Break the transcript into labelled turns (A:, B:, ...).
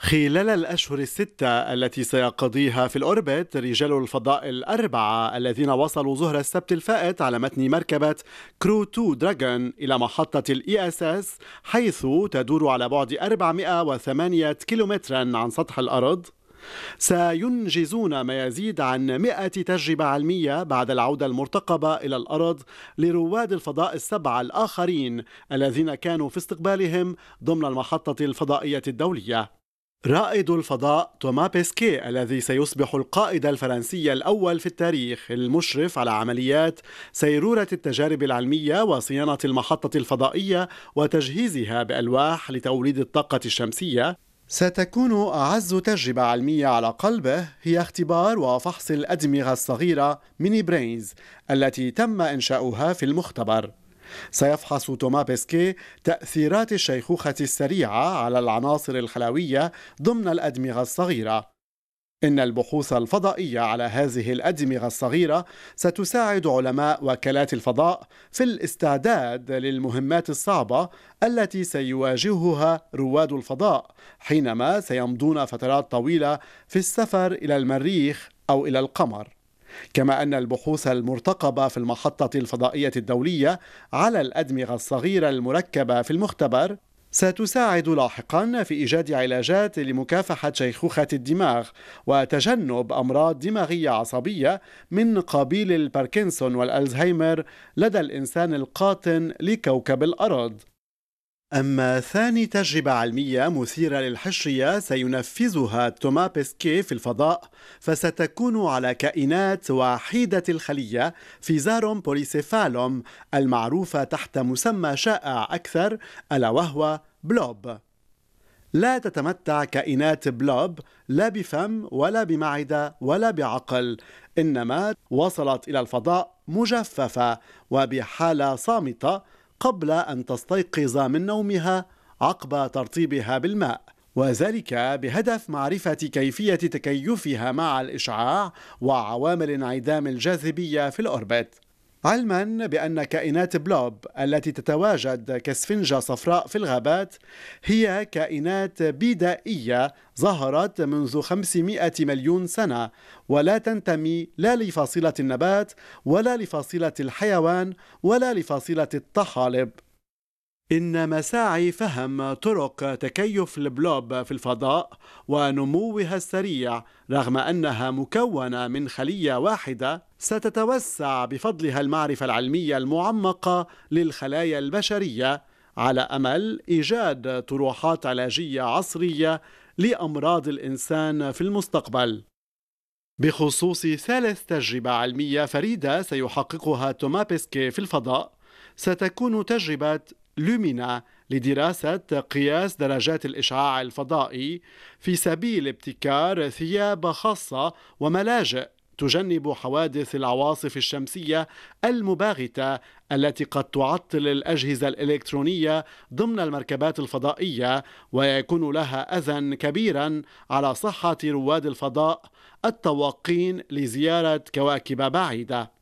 A: خلال الأشهر الستة التي سيقضيها في الأوربت، رجال الفضاء الأربعة الذين وصلوا ظهر السبت الفائت على متن مركبة كرو 2 دراجون إلى محطة الإي اس اس، حيث تدور على بعد 408 كيلومترا عن سطح الأرض، سينجزون ما يزيد عن 100 تجربة علمية بعد العودة المرتقبة إلى الأرض لرواد الفضاء السبعة الآخرين الذين كانوا في استقبالهم ضمن المحطة الفضائية الدولية. رائد الفضاء توما بيسكي الذي سيصبح القائد الفرنسي الأول في التاريخ المشرف على عمليات سيرورة التجارب العلمية وصيانة المحطة الفضائية وتجهيزها بألواح لتوليد الطاقة الشمسية، ستكون أعز تجربة علمية على قلبه هي اختبار وفحص الأدمغة الصغيرة ميني برينز التي تم إنشاؤها في المختبر. سيفحص توما بيسكي تأثيرات الشيخوخة السريعة على العناصر الخلوية ضمن الأدمغة الصغيرة. إن البحوث الفضائية على هذه الأدمغة الصغيرة ستساعد علماء وكالات الفضاء في الاستعداد للمهمات الصعبة التي سيواجهها رواد الفضاء حينما سيمضون فترات طويلة في السفر إلى المريخ أو إلى القمر. كما أن البحوث المرتقبة في المحطة الفضائية الدولية على الأدمغة الصغيرة المركبة في المختبر ستساعد لاحقا في إيجاد علاجات لمكافحة شيخوخة الدماغ وتجنب أمراض دماغية عصبية من قبيل الباركنسون والألزهايمر لدى الإنسان القاطن لكوكب الأرض. أما ثاني تجربة علمية مثيرة للحشرية سينفذها توما بيسكي في الفضاء، فستكون على كائنات وحيدة الخلية فيزاروم بوليسيفالوم المعروفة تحت مسمى شائع أكثر ألا وهو بلوب. لا تتمتع كائنات بلوب لا بفم ولا بمعدة ولا بعقل، إنما وصلت إلى الفضاء مجففة وبحالة صامتة قبل أن تستيقظ من نومها عقب ترطيبها بالماء، وذلك بهدف معرفة كيفية تكيفها مع الإشعاع وعوامل انعدام الجاذبية في الأوربت. علما بأن كائنات بلوب التي تتواجد كاسفنجة صفراء في الغابات هي كائنات بدائية ظهرت منذ 500 مليون سنة، ولا تنتمي لا لفصيلة النبات ولا لفصيلة الحيوان ولا لفصيلة الطحالب. إن مساعي فهم طرق تكيف البلوب في الفضاء ونموها السريع رغم أنها مكونة من خلية واحدة ستتوسع بفضلها المعرفة العلمية المعمقة للخلايا البشرية على أمل إيجاد طروحات علاجية عصرية لأمراض الإنسان في المستقبل. بخصوص ثالث تجربة علمية فريدة سيحققها توما بيسكي في الفضاء، ستكون تجربة لومينا لدراسة قياس درجات الإشعاع الفضائي في سبيل ابتكار ثياب خاصة وملاجئ تجنب حوادث العواصف الشمسية المباغتة التي قد تعطل الأجهزة الإلكترونية ضمن المركبات الفضائية ويكون لها أذى كبيرا على صحة رواد الفضاء التوقين لزيارة كواكب بعيدة.